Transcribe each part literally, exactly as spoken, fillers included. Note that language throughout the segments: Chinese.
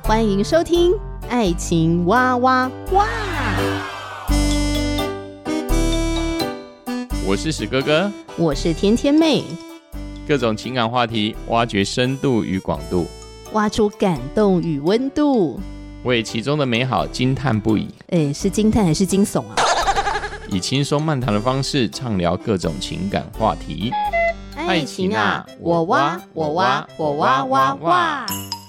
欢迎收听爱情哇哇哇！ 我是史哥哥， 我是甜甜妹， 各种情感话题，挖掘深度与广度， 挖出感动与温度， 为其中的美好惊叹不已。 诶，是惊叹还是惊悚啊？ 以轻松漫谈的方式畅聊各种情感话题。 爱情啊，我挖我挖我挖挖挖！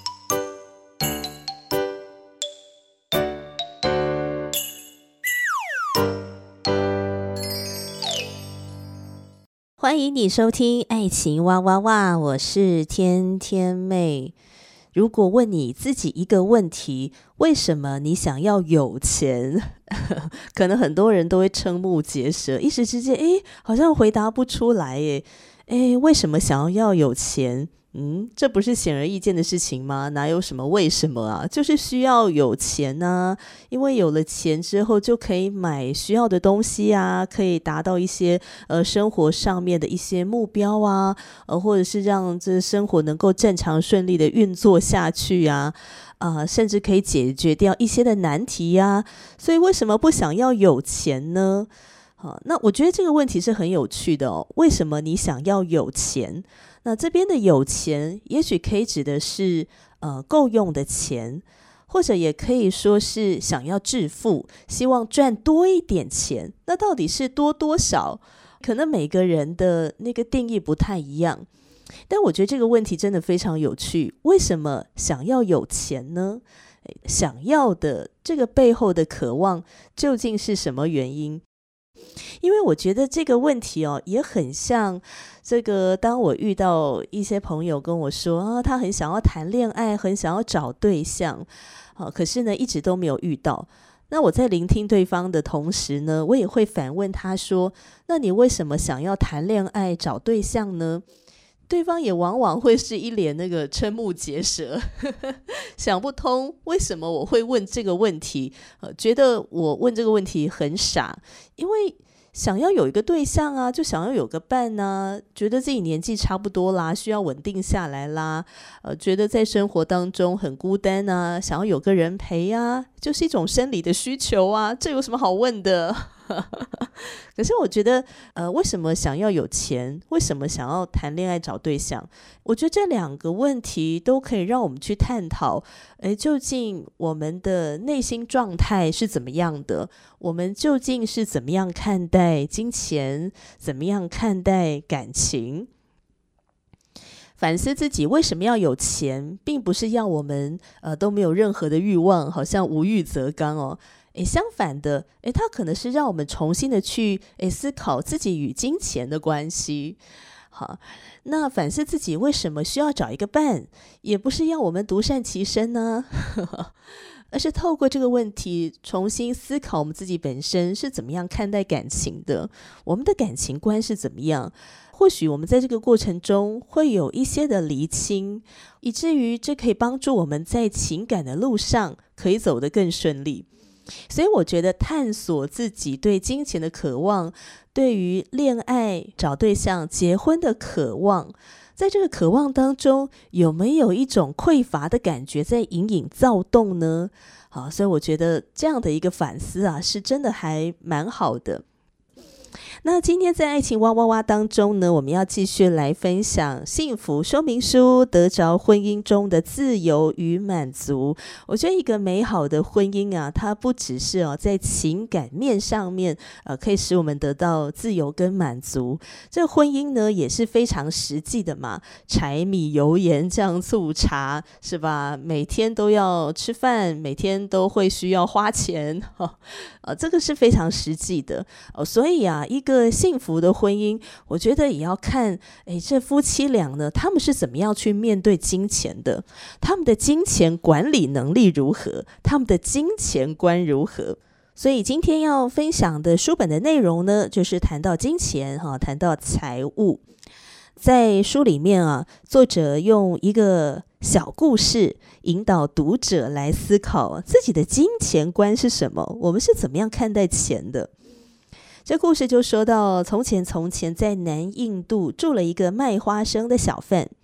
欢迎你收听爱情哇哇哇，我是天天妹。如果问你自己一个问题，为什么你想要有钱？可能很多人都会瞠目结舌，一时之间诶好像回答不出来耶。诶为什么想要有钱？嗯，这不是显而易见的事情吗？哪有什么为什么啊？就是需要有钱啊，因为有了钱之后就可以买需要的东西啊，可以达到一些呃生活上面的一些目标啊，呃或者是让这生活能够正常顺利的运作下去啊，啊、呃、甚至可以解决掉一些的难题啊。所以为什么不想要有钱呢？好，那我觉得这个问题是很有趣的哦。为什么你想要有钱？那这边的有钱，也许可以指的是呃够用的钱，或者也可以说是想要致富，希望赚多一点钱。那到底是多多少？可能每个人的那个定义不太一样。但我觉得这个问题真的非常有趣。为什么想要有钱呢？想要的这个背后的渴望究竟是什么原因？因为我觉得这个问题哦，也很像这个，当我遇到一些朋友跟我说啊，他很想要谈恋爱，很想要找对象，啊，可是呢，一直都没有遇到。那我在聆听对方的同时呢，我也会反问他说，那你为什么想要谈恋爱找对象呢？对方也往往会是一脸那个瞠目结舌想不通为什么我会问这个问题、呃、觉得我问这个问题很傻，因为想要有一个对象啊，就想要有个伴啊，觉得自己年纪差不多啦，需要稳定下来啦，呃，觉得在生活当中很孤单啊，想要有个人陪啊，就是一种生理的需求啊，这有什么好问的可是我觉得呃，为什么想要有钱，为什么想要谈恋爱找对象，我觉得这两个问题都可以让我们去探讨，诶，究竟我们的内心状态是怎么样的，我们究竟是怎么样看待金钱，怎么样看待感情。反思自己为什么要有钱，并不是要我们呃都没有任何的欲望，好像无欲则刚哦。诶，相反的，诶，它可能是让我们重新的去诶思考自己与金钱的关系。好，那反思自己为什么需要找一个伴，也不是要我们独善其身呢、啊，而是透过这个问题重新思考我们自己本身是怎么样看待感情的，我们的感情观是怎么样。或许我们在这个过程中会有一些的厘清，以至于这可以帮助我们在情感的路上可以走得更顺利。所以我觉得探索自己对金钱的渴望，对于恋爱找对象结婚的渴望，在这个渴望当中有没有一种匮乏的感觉在隐隐躁动呢？好，所以我觉得这样的一个反思啊，是真的还蛮好的。那今天在爱情哇哇哇当中呢，我们要继续来分享幸福说明书，得着婚姻中的自由与满足。我觉得一个美好的婚姻啊，它不只是哦在情感面上面呃可以使我们得到自由跟满足，这个婚姻呢也是非常实际的嘛，柴米油盐酱醋茶是吧？每天都要吃饭，每天都会需要花钱、哦呃、这个是非常实际的、哦、所以啊一个幸福的婚姻，我觉得也要看诶这夫妻俩呢，他们是怎么样去面对金钱的，他们的金钱管理能力如何，他们的金钱观如何。所以今天要分享的书本的内容呢，就是谈到金钱、啊、谈到财务。在书里面啊，作者用一个小故事引导读者来思考自己的金钱观是什么，我们是怎么样看待钱的。这故事就说到，从前从前在南印度住了一个卖花生的小贩，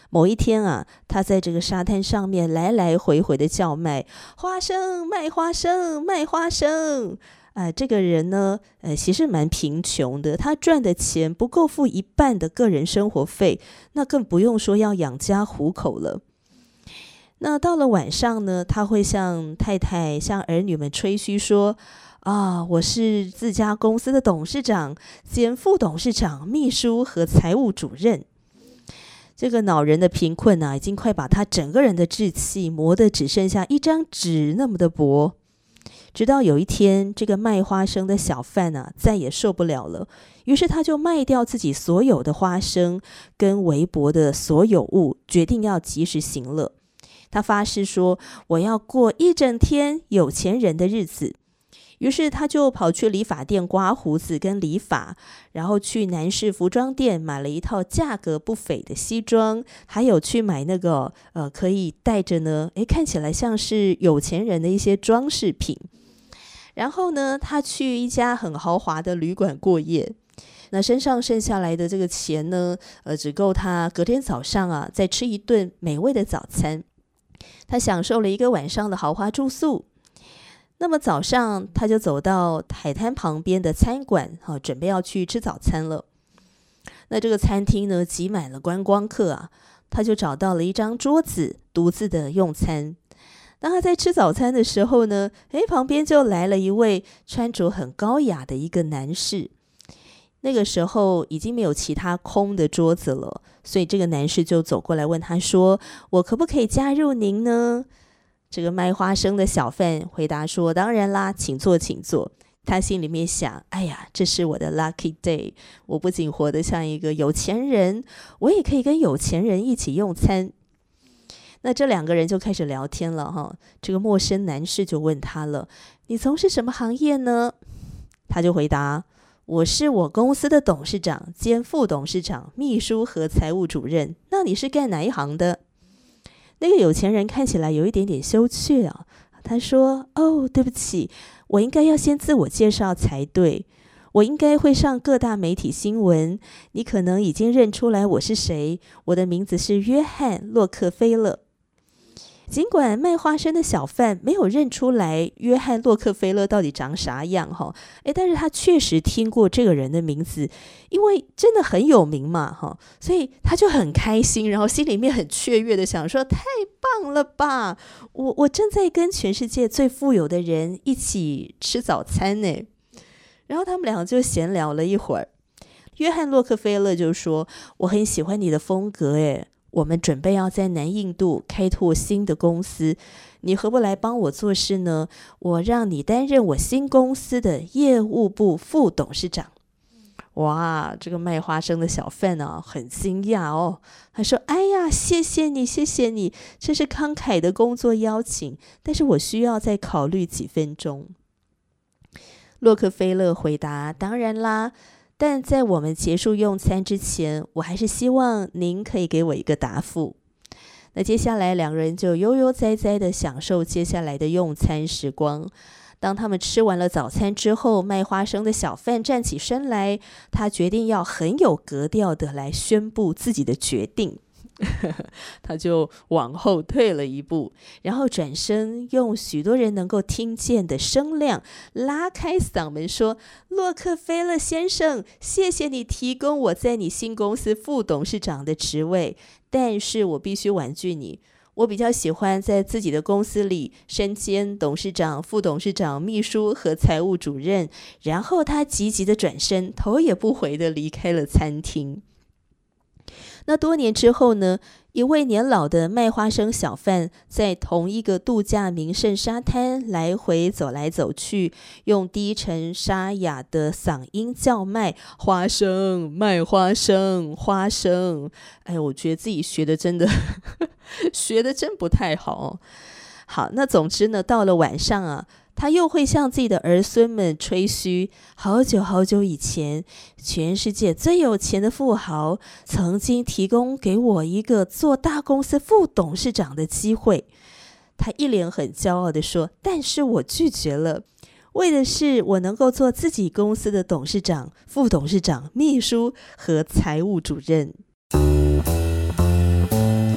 某一天啊，他在这个沙滩上面来来回回的叫卖，花生卖花生卖花生。啊，这个人呢，呃，其实蛮贫穷的，他赚的钱不够付一半的个人生活费，那更不用说要养家糊口了。那到了晚上呢，他会向太太、向儿女们吹嘘说：“啊，我是自家公司的董事长兼副董事长、秘书和财务主任。”这个恼人的贫困啊，已经快把他整个人的志气磨得只剩下一张纸那么的薄。直到有一天，这个卖花生的小贩啊，再也受不了了，于是他就卖掉自己所有的花生跟微薄的所有物，决定要及时行乐。他发誓说：“我要过一整天有钱人的日子。”于是他就跑去理发店刮胡子跟理发，然后去男士服装店买了一套价格不菲的西装，还有去买那个呃可以戴着呢，诶，看起来像是有钱人的一些装饰品。然后呢，他去一家很豪华的旅馆过夜。那身上剩下来的这个钱呢，呃，只够他隔天早上啊再吃一顿美味的早餐。他享受了一个晚上的豪华住宿。那么早上他就走到海滩旁边的餐馆，啊，准备要去吃早餐了。那这个餐厅呢，挤满了观光客啊，他就找到了一张桌子，独自的用餐。当他在吃早餐的时候呢，诶，旁边就来了一位穿着很高雅的一个男士。那个时候已经没有其他空的桌子了，所以这个男士就走过来问他说：“我可不可以加入您呢？”这个卖花生的小贩回答说：“当然啦，请坐请坐。”他心里面想：“哎呀，这是我的 lucky day， 我不仅活得像一个有钱人，我也可以跟有钱人一起用餐。”那这两个人就开始聊天了哈。这个陌生男士就问他了：“你从事什么行业呢？”他就回答：“我是我公司的董事长兼副董事长、秘书和财务主任。那你是干哪一行的？”那个有钱人看起来有一点点羞怯啊，他说：“哦，对不起，我应该要先自我介绍才对。我应该会上各大媒体新闻，你可能已经认出来我是谁。我的名字是约翰·洛克菲勒。”尽管卖花生的小贩没有认出来约翰·洛克菲勒到底长啥样哈，诶，但是他确实听过这个人的名字，因为真的很有名嘛哈，所以他就很开心，然后心里面很雀跃的想说：“太棒了吧！我我正在跟全世界最富有的人一起吃早餐呢。”然后他们两个就闲聊了一会儿。约翰·洛克菲勒就说：“我很喜欢你的风格诶。我们准备要在南印度开拓新的公司，你何不来帮我做事呢？我让你担任我新公司的业务部副董事长。”哇，这个卖花生的小贩啊，很惊讶哦。他说：“哎呀，谢谢你，谢谢你，这是慷慨的工作邀请，但是我需要再考虑几分钟。”洛克菲勒回答：“当然啦。但在我们结束用餐之前，我还是希望您可以给我一个答复。”那接下来两个人就悠悠哉哉地享受接下来的用餐时光。当他们吃完了早餐之后，卖花生的小贩站起身来，他决定要很有格调的来宣布自己的决定。他就往后退了一步，然后转身用许多人能够听见的声量拉开嗓门说：“洛克菲勒先生，谢谢你提供我在你新公司副董事长的职位，但是我必须婉拒你。我比较喜欢在自己的公司里身兼董事长、副董事长、秘书和财务主任。”然后他急急的转身，头也不回的离开了餐厅。那多年之后呢，一位年老的卖花生小贩在同一个度假名胜沙滩来回走来走去，用低沉沙哑的嗓音叫卖：“花生，卖花生，花生。”哎，我觉得自己学的真的学的真不太好哦。好，那总之呢，到了晚上啊，他又会向自己的儿孙们吹嘘，好久好久以前，全世界最有钱的富豪曾经提供给我一个做大公司副董事长的机会。他一脸很骄傲地说：“但是我拒绝了，为的是我能够做自己公司的董事长、副董事长、秘书和财务主任。”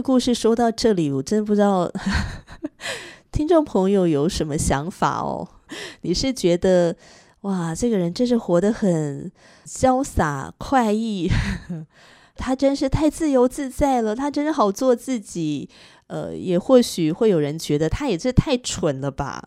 个故事说到这里，我真不知道听众朋友有什么想法哦？你是觉得哇，这个人真是活得很潇洒快意，他真是太自由自在了，他真是好做自己。呃，也或许会有人觉得他也是太蠢了吧。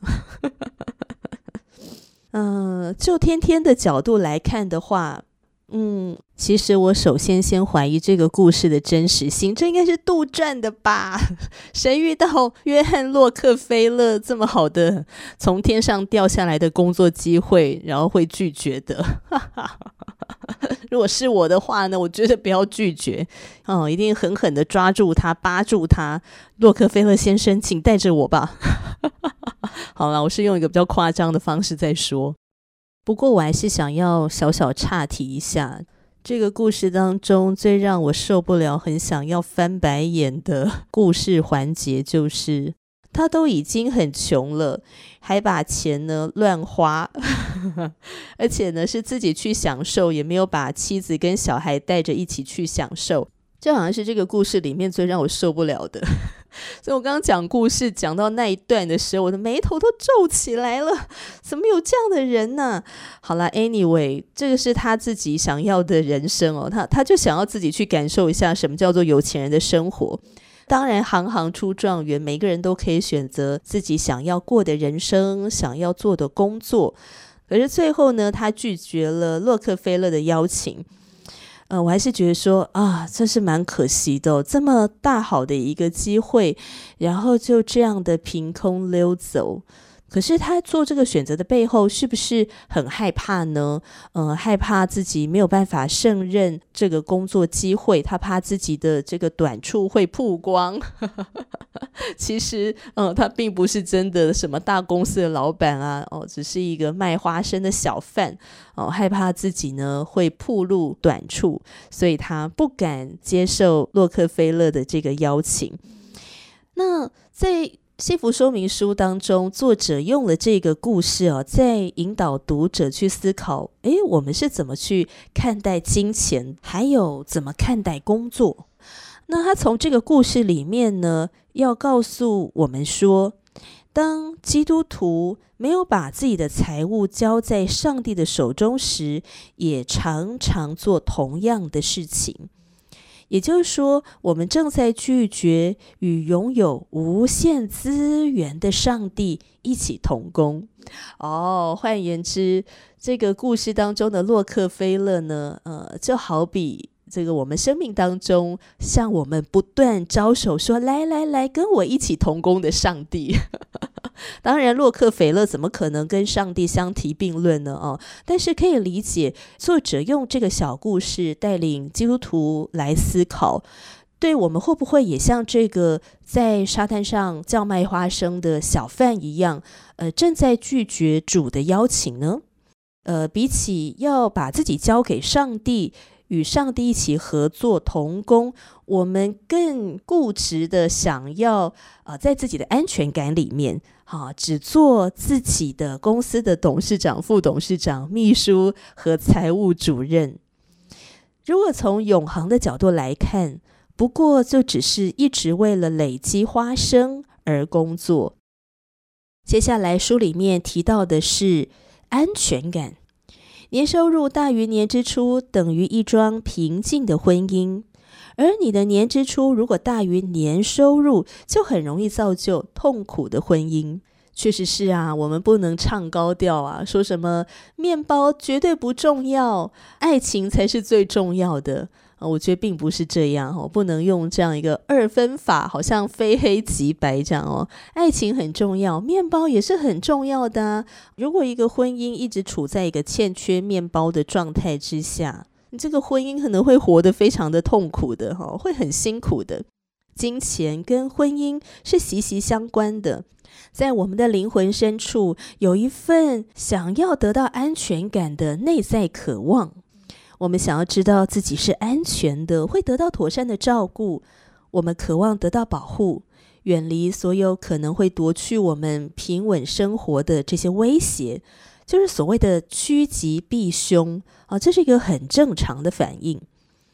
嗯、呃，就天天的角度来看的话，嗯，其实我首先先怀疑这个故事的真实性，这应该是杜撰的吧？谁遇到约翰洛克菲勒这么好的从天上掉下来的工作机会，然后会拒绝的？如果是我的话呢，我绝对不要拒绝，哦，一定狠狠的抓住他，扒住他。洛克菲勒先生，请带着我吧。好啦，我是用一个比较夸张的方式在说。不过我还是想要小小岔题一下，这个故事当中最让我受不了，很想要翻白眼的故事环节，就是他都已经很穷了，还把钱呢乱花，而且呢是自己去享受，也没有把妻子跟小孩带着一起去享受。这好像是这个故事里面最让我受不了的。所以我刚刚讲故事讲到那一段的时候，我的眉头都皱起来了，怎么有这样的人呢？好啦 anyway， 这个是他自己想要的人生哦，他他就想要自己去感受一下什么叫做有钱人的生活。当然行行出状元，每个人都可以选择自己想要过的人生，想要做的工作。可是最后呢，他拒绝了洛克菲勒的邀请。呃，我还是觉得说啊，这是蛮可惜的哦，这么大好的一个机会，然后就这样的凭空溜走。可是他做这个选择的背后是不是很害怕呢？呃，害怕自己没有办法胜任这个工作机会，他怕自己的这个短处会曝光。其实呃，他并不是真的什么大公司的老板啊，哦，只是一个卖花生的小贩哦，害怕自己呢会暴露短处，所以他不敢接受洛克菲勒的这个邀请。那在幸福说明书当中，作者用了这个故事哦，在引导读者去思考，诶，我们是怎么去看待金钱，还有怎么看待工作。那他从这个故事里面呢，要告诉我们说，当基督徒没有把自己的财物交在上帝的手中时，也常常做同样的事情。也就是说，我们正在拒绝与拥有无限资源的上帝一起同工。哦，换言之，这个故事当中的洛克菲勒呢，呃，就好比这个我们生命当中向我们不断招手说，来来来，跟我一起同工的上帝。当然洛克菲勒怎么可能跟上帝相提并论呢？哦，但是可以理解作者用这个小故事带领基督徒来思考，对我们会不会也像这个在沙滩上叫卖花生的小贩一样，呃，正在拒绝主的邀请呢？呃，比起要把自己交给上帝，与上帝一起合作同工，我们更固执的想要、呃、在自己的安全感里面、啊、只做自己的公司的董事长、副董事长、秘书和财务主任。如果从永恒的角度来看，不过就只是一直为了累积花生而工作。接下来书里面提到的是安全感。年收入大于年支出等于一桩平静的婚姻，而你的年支出如果大于年收入，就很容易造就痛苦的婚姻。确实是啊，我们不能唱高调啊，说什么面包绝对不重要，爱情才是最重要的。我觉得并不是这样哦，不能用这样一个二分法，好像非黑即白这样哦。爱情很重要，面包也是很重要的啊。如果一个婚姻一直处在一个欠缺面包的状态之下，你这个婚姻可能会活得非常的痛苦的哦，会很辛苦的。金钱跟婚姻是息息相关的，在我们的灵魂深处有一份想要得到安全感的内在渴望。我们想要知道自己是安全的，会得到妥善的照顾，我们渴望得到保护，远离所有可能会夺去我们平稳生活的这些威胁，就是所谓的趋吉避凶啊，这是一个很正常的反应。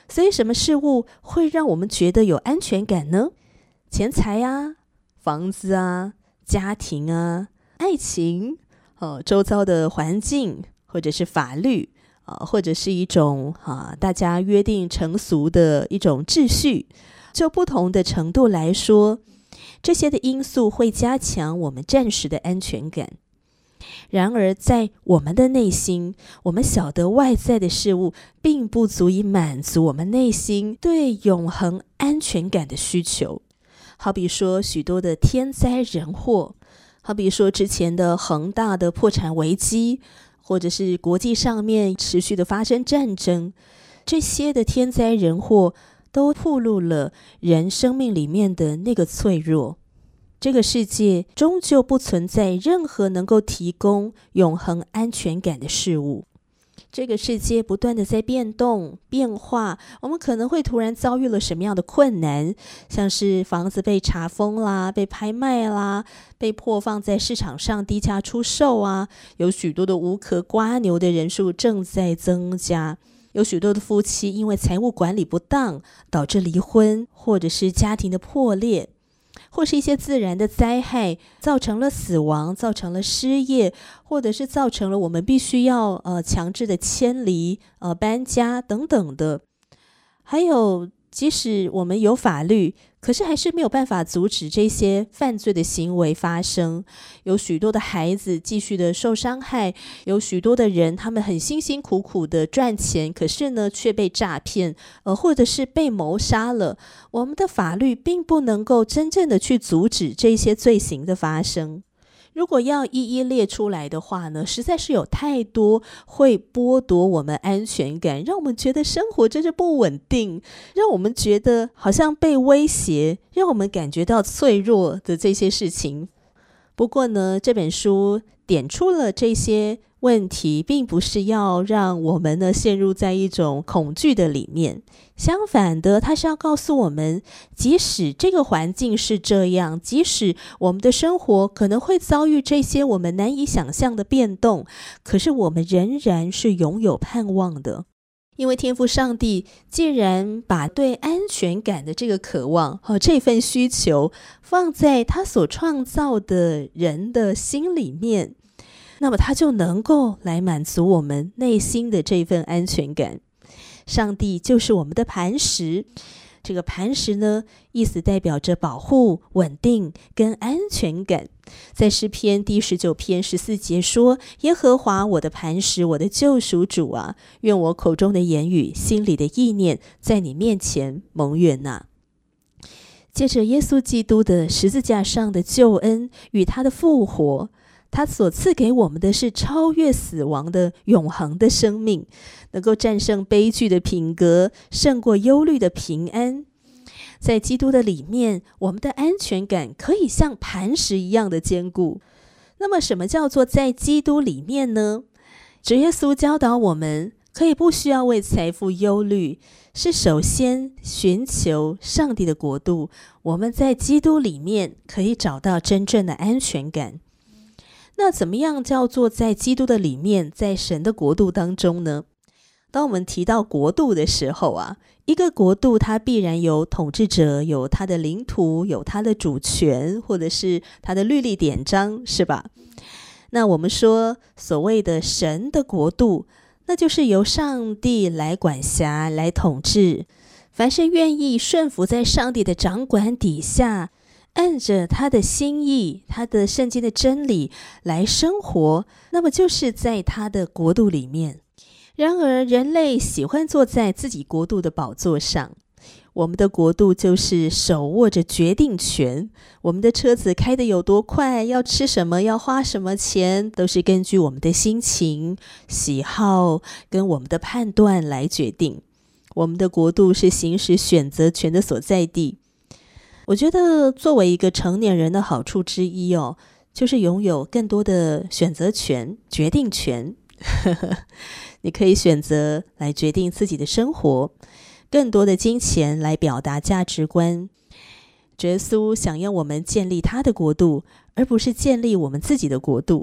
所以什么事物会让我们觉得有安全感呢？钱财啊，房子啊，家庭啊，爱情，呃，周遭的环境，或者是法律，呃、或者是一种、呃、大家约定成俗的一种秩序。就不同的程度来说，这些的因素会加强我们暂时的安全感。然而在我们的内心，我们晓得外在的事物并不足以满足我们内心对永恒安全感的需求。好比说许多的天灾人祸，好比说之前的恒大的破产危机，或者是国际上面持续的发生战争，这些的天灾人祸都暴露了人生命里面的那个脆弱。这个世界终究不存在任何能够提供永恒安全感的事物。这个世界不断的在变动变化，我们可能会突然遭遇了什么样的困难，像是房子被查封啦，被拍卖啦，被迫放在市场上低价出售啊，有许多的无壳瓜牛的人数正在增加，有许多的夫妻因为财务管理不当导致离婚，或者是家庭的破裂，或是一些自然的灾害造成了死亡，造成了失业，或者是造成了我们必须要呃强制的迁离、呃搬家等等的。还有即使我们有法律，可是还是没有办法阻止这些犯罪的行为发生。有许多的孩子继续的受伤害，有许多的人他们很辛辛苦苦的赚钱，可是呢却被诈骗，呃，或者是被谋杀了。我们的法律并不能够真正的去阻止这些罪行的发生。如果要一一列出来的话呢，实在是有太多会剥夺我们安全感，让我们觉得生活真是不稳定，让我们觉得好像被威胁，让我们感觉到脆弱的这些事情。不过呢，这本书点出了这些问题，并不是要让我们呢陷入在一种恐惧的里面。相反的，它是要告诉我们，即使这个环境是这样，即使我们的生活可能会遭遇这些我们难以想象的变动，可是我们仍然是拥有盼望的。因为天父上帝既然把对安全感的这个渴望、哦、这份需求放在他所创造的人的心里面，那么他就能够来满足我们内心的这份安全感。上帝就是我们的磐石，这个磐石呢，意思代表着保护、稳定跟安全感。在诗篇第十九篇十四节说，耶和华我的磐石，我的救赎主啊，愿我口中的言语，心里的意念，在你面前蒙悦纳。借着耶稣基督的十字架上的救恩与他的复活，他所赐给我们的是超越死亡的永恒的生命，能够战胜悲剧的品格，胜过忧虑的平安。在基督的里面，我们的安全感可以像磐石一样的坚固。那么什么叫做在基督里面呢？主耶稣教导我们可以不需要为财富忧虑，是首先寻求上帝的国度。我们在基督里面可以找到真正的安全感。那怎么样叫做在基督的里面，在神的国度当中呢？当我们提到国度的时候啊，一个国度它必然有统治者，有他的领土，有他的主权，或者是他的律例典章，是吧？那我们说所谓的神的国度，那就是由上帝来管辖，来统治。凡是愿意顺服在上帝的掌管底下，按着他的心意，他的圣经的真理来生活，那么就是在他的国度里面。然而人类喜欢坐在自己国度的宝座上，我们的国度就是手握着决定权，我们的车子开得有多快，要吃什么，要花什么钱，都是根据我们的心情、喜好跟我们的判断来决定。我们的国度是行使选择权的所在地。我觉得作为一个成年人的好处之一哦，就是拥有更多的选择权、决定权。你可以选择来决定自己的生活，更多的金钱来表达价值观。耶稣想要我们建立他的国度，而不是建立我们自己的国度。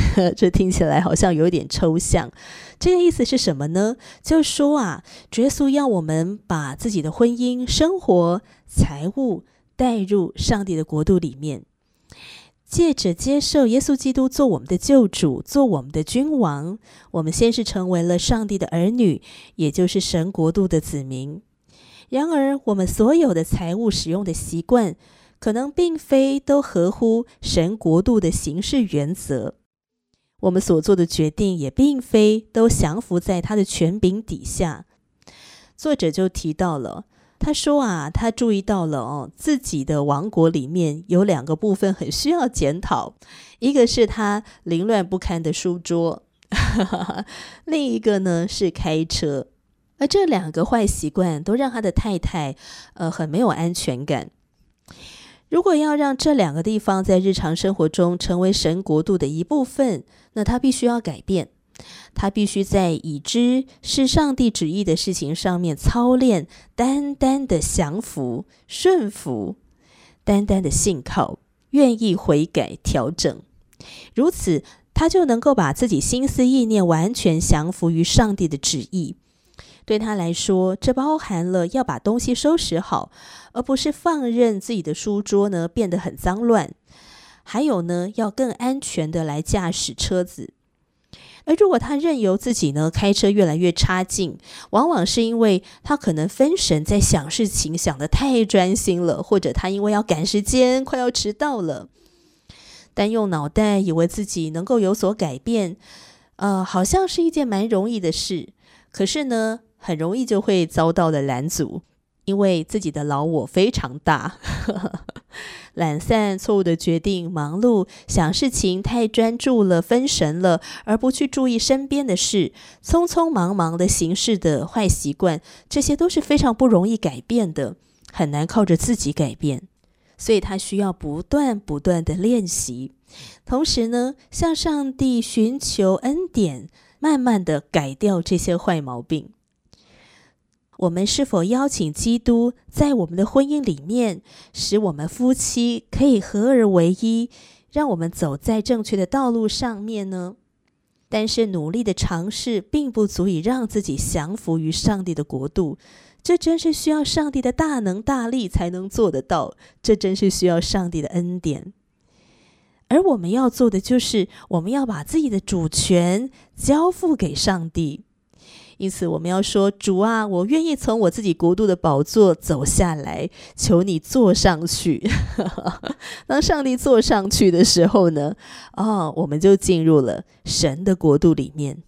这听起来好像有点抽象。这个意思是什么呢？就是说啊，主耶稣要我们把自己的婚姻、生活、财务带入上帝的国度里面，借着接受耶稣基督做我们的救主，做我们的君王，我们先是成为了上帝的儿女，也就是神国度的子民。然而我们所有的财务使用的习惯，可能并非都合乎神国度的行事原则，我们所做的决定也并非都降服在他的权柄底下。作者就提到了，他说啊，他注意到了哦，自己的王国里面有两个部分很需要检讨，一个是他凌乱不堪的书桌另一个呢是开车。而这两个坏习惯都让他的太太呃很没有安全感。如果要让这两个地方在日常生活中成为神国度的一部分，那他必须要改变。他必须在已知是上帝旨意的事情上面操练，单单的降服、顺服，单单的信靠，愿意悔改调整。如此，他就能够把自己心思意念完全降服于上帝的旨意。对他来说，这包含了要把东西收拾好，而不是放任自己的书桌呢变得很脏乱。还有呢，要更安全的来驾驶车子。而如果他任由自己呢开车越来越差劲，往往是因为他可能分神在想事情，想得太专心了，或者他因为要赶时间，快要迟到了。单用脑袋以为自己能够有所改变，呃，好像是一件蛮容易的事，可是呢，很容易就会遭到了拦阻，因为自己的老我非常大懒散、错误的决定、忙碌、想事情太专注了、分神了，而不去注意身边的事，匆匆忙忙的行事的坏习惯，这些都是非常不容易改变的，很难靠着自己改变。所以他需要不断不断的练习，同时呢，向上帝寻求恩典，慢慢的改掉这些坏毛病。我们是否邀请基督在我们的婚姻里面，使我们夫妻可以合而为一，让我们走在正确的道路上面呢？但是努力的尝试并不足以让自己降服于上帝的国度，这真是需要上帝的大能大力才能做得到，这真是需要上帝的恩典。而我们要做的就是，我们要把自己的主权交付给上帝。因此我们要说，主啊，我愿意从我自己国度的宝座走下来，求你坐上去当上帝坐上去的时候呢，哦，我们就进入了神的国度里面。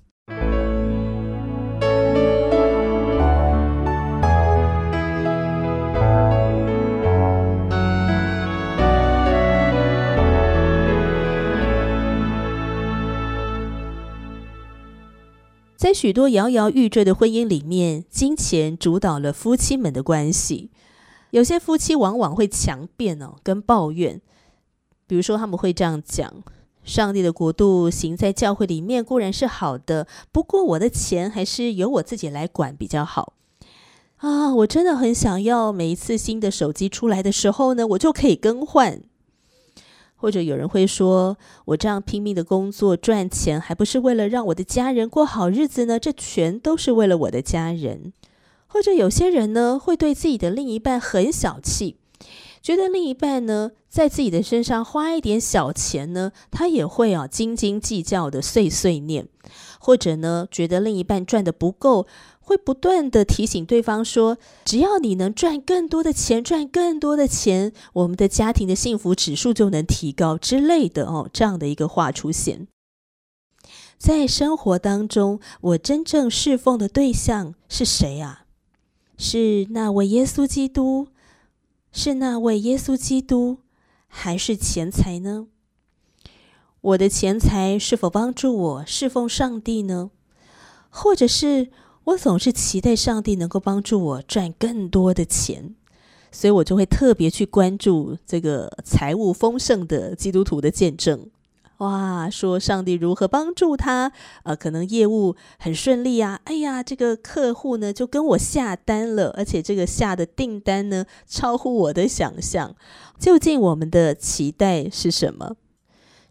在许多摇摇欲坠的婚姻里面，金钱主导了夫妻们的关系。有些夫妻往往会强辩哦，跟抱怨。比如说他们会这样讲，上帝的国度行在教会里面固然是好的，不过我的钱还是由我自己来管比较好啊！我真的很想要每一次新的手机出来的时候呢，我就可以更换。或者有人会说，我这样拼命的工作赚钱，还不是为了让我的家人过好日子呢？这全都是为了我的家人。或者有些人呢，会对自己的另一半很小气，觉得另一半呢，在自己的身上花一点小钱呢，他也会啊斤斤计较的碎碎念。或者呢，觉得另一半赚的不够，会不断的提醒对方说，只要你能赚更多的钱，赚更多的钱，我们的家庭的幸福指数就能提高之类的哦，这样的一个话出现。在生活当中，我真正侍奉的对象是谁啊？是那位耶稣基督？是那位耶稣基督，还是钱财呢？我的钱财是否帮助我侍奉上帝呢？或者是我总是期待上帝能够帮助我赚更多的钱，所以我就会特别去关注这个财务丰盛的基督徒的见证。哇，说上帝如何帮助他，呃，可能业务很顺利啊，哎呀，这个客户呢就跟我下单了，而且这个下的订单呢超乎我的想象。究竟我们的期待是什么？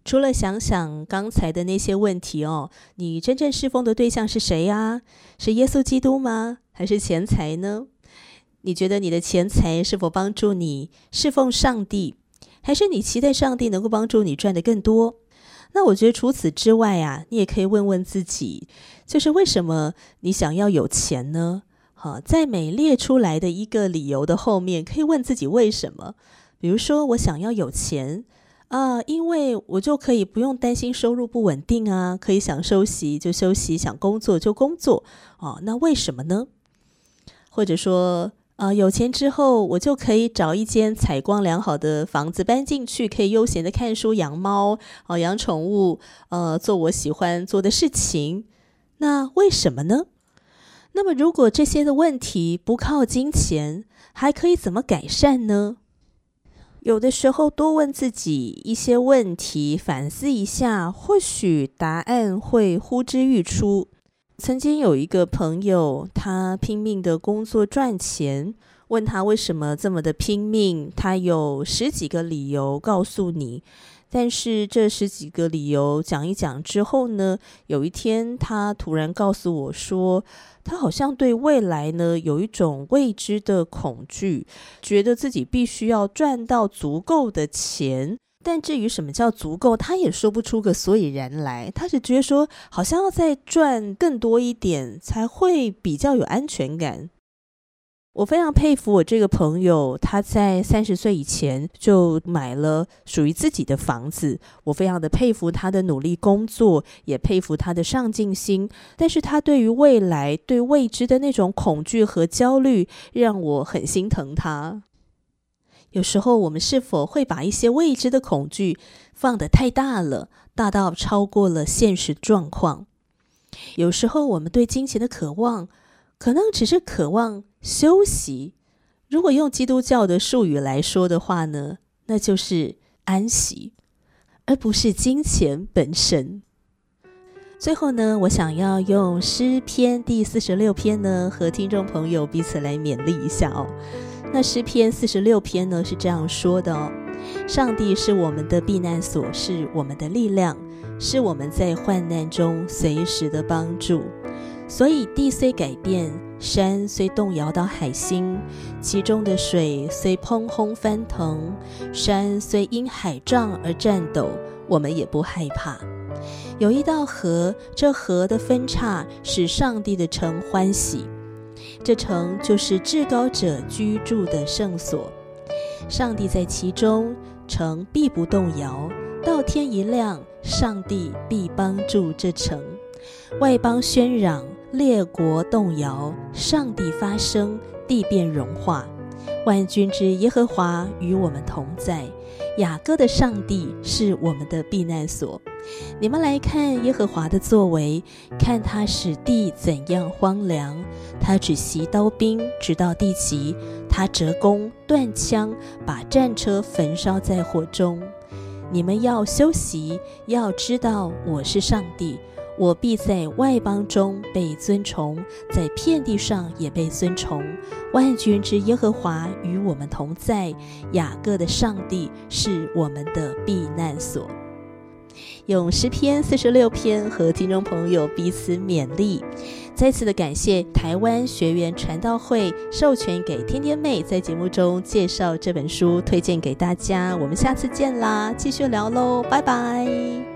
除了想想刚才的那些问题哦，你真正侍奉的对象是谁啊？是耶稣基督吗？还是钱财呢？你觉得你的钱财是否帮助你侍奉上帝？还是你期待上帝能够帮助你赚得更多？那我觉得除此之外啊，你也可以问问自己，就是为什么你想要有钱呢？好，在每列出来的一个理由的后面，可以问自己为什么。比如说，我想要有钱啊、呃，因为我就可以不用担心收入不稳定啊，可以想休息就休息，想工作就工作哦。那为什么呢？或者说，呃，有钱之后，我就可以找一间采光良好的房子搬进去，可以悠闲的看书、养猫、哦、养宠物，呃，做我喜欢做的事情。那为什么呢？那么，如果这些的问题不靠金钱，还可以怎么改善呢？有的时候多问自己一些问题，反思一下，或许答案会呼之欲出。曾经有一个朋友，他拼命的工作赚钱，问他为什么这么的拼命，他有十几个理由告诉你。但是这十几个理由讲一讲之后呢，有一天他突然告诉我说，他好像对未来呢有一种未知的恐惧，觉得自己必须要赚到足够的钱，但至于什么叫足够，他也说不出个所以然来。他只觉得说，好像要再赚更多一点才会比较有安全感。我非常佩服我这个朋友，他在三十岁以前就买了属于自己的房子。我非常的佩服他的努力工作，也佩服他的上进心。但是他对于未来、对未知的那种恐惧和焦虑，让我很心疼他。有时候我们是否会把一些未知的恐惧放得太大了，大到超过了现实状况？有时候我们对金钱的渴望，可能只是渴望休息。如果用基督教的术语来说的话呢，那就是安息，而不是金钱本身。最后呢，我想要用诗篇第四十六篇呢，和听众朋友彼此来勉励一下哦。那诗篇四十六篇呢是这样说的哦：上帝是我们的避难所，是我们的力量，是我们在患难中随时的帮助。所以地虽改变，山虽动摇到海心，其中的水虽砰轰翻腾，山虽因海涨而颤抖，我们也不害怕。有一道河，这河的分叉使上帝的城欢喜，这城就是至高者居住的圣所。上帝在其中，城必不动摇，到天一亮，上帝必帮助这城。外邦喧嚷，列国动摇，上帝发声，地便融化。万军之耶和华与我们同在，雅各的上帝是我们的避难所。你们来看耶和华的作为，看他使地怎样荒凉。他只息刀兵，直到地极；他折弓断枪，把战车焚烧在火中。你们要休息，要知道我是上帝，我必在外邦中被尊崇，在遍地上也被尊崇。万军之耶和华与我们同在，雅各的上帝是我们的避难所。用诗篇四十六篇和听众朋友彼此勉励。再次的感谢台湾学园传道会授权给天天妹在节目中介绍这本书，推荐给大家。我们下次见啦，继续聊咯，拜拜。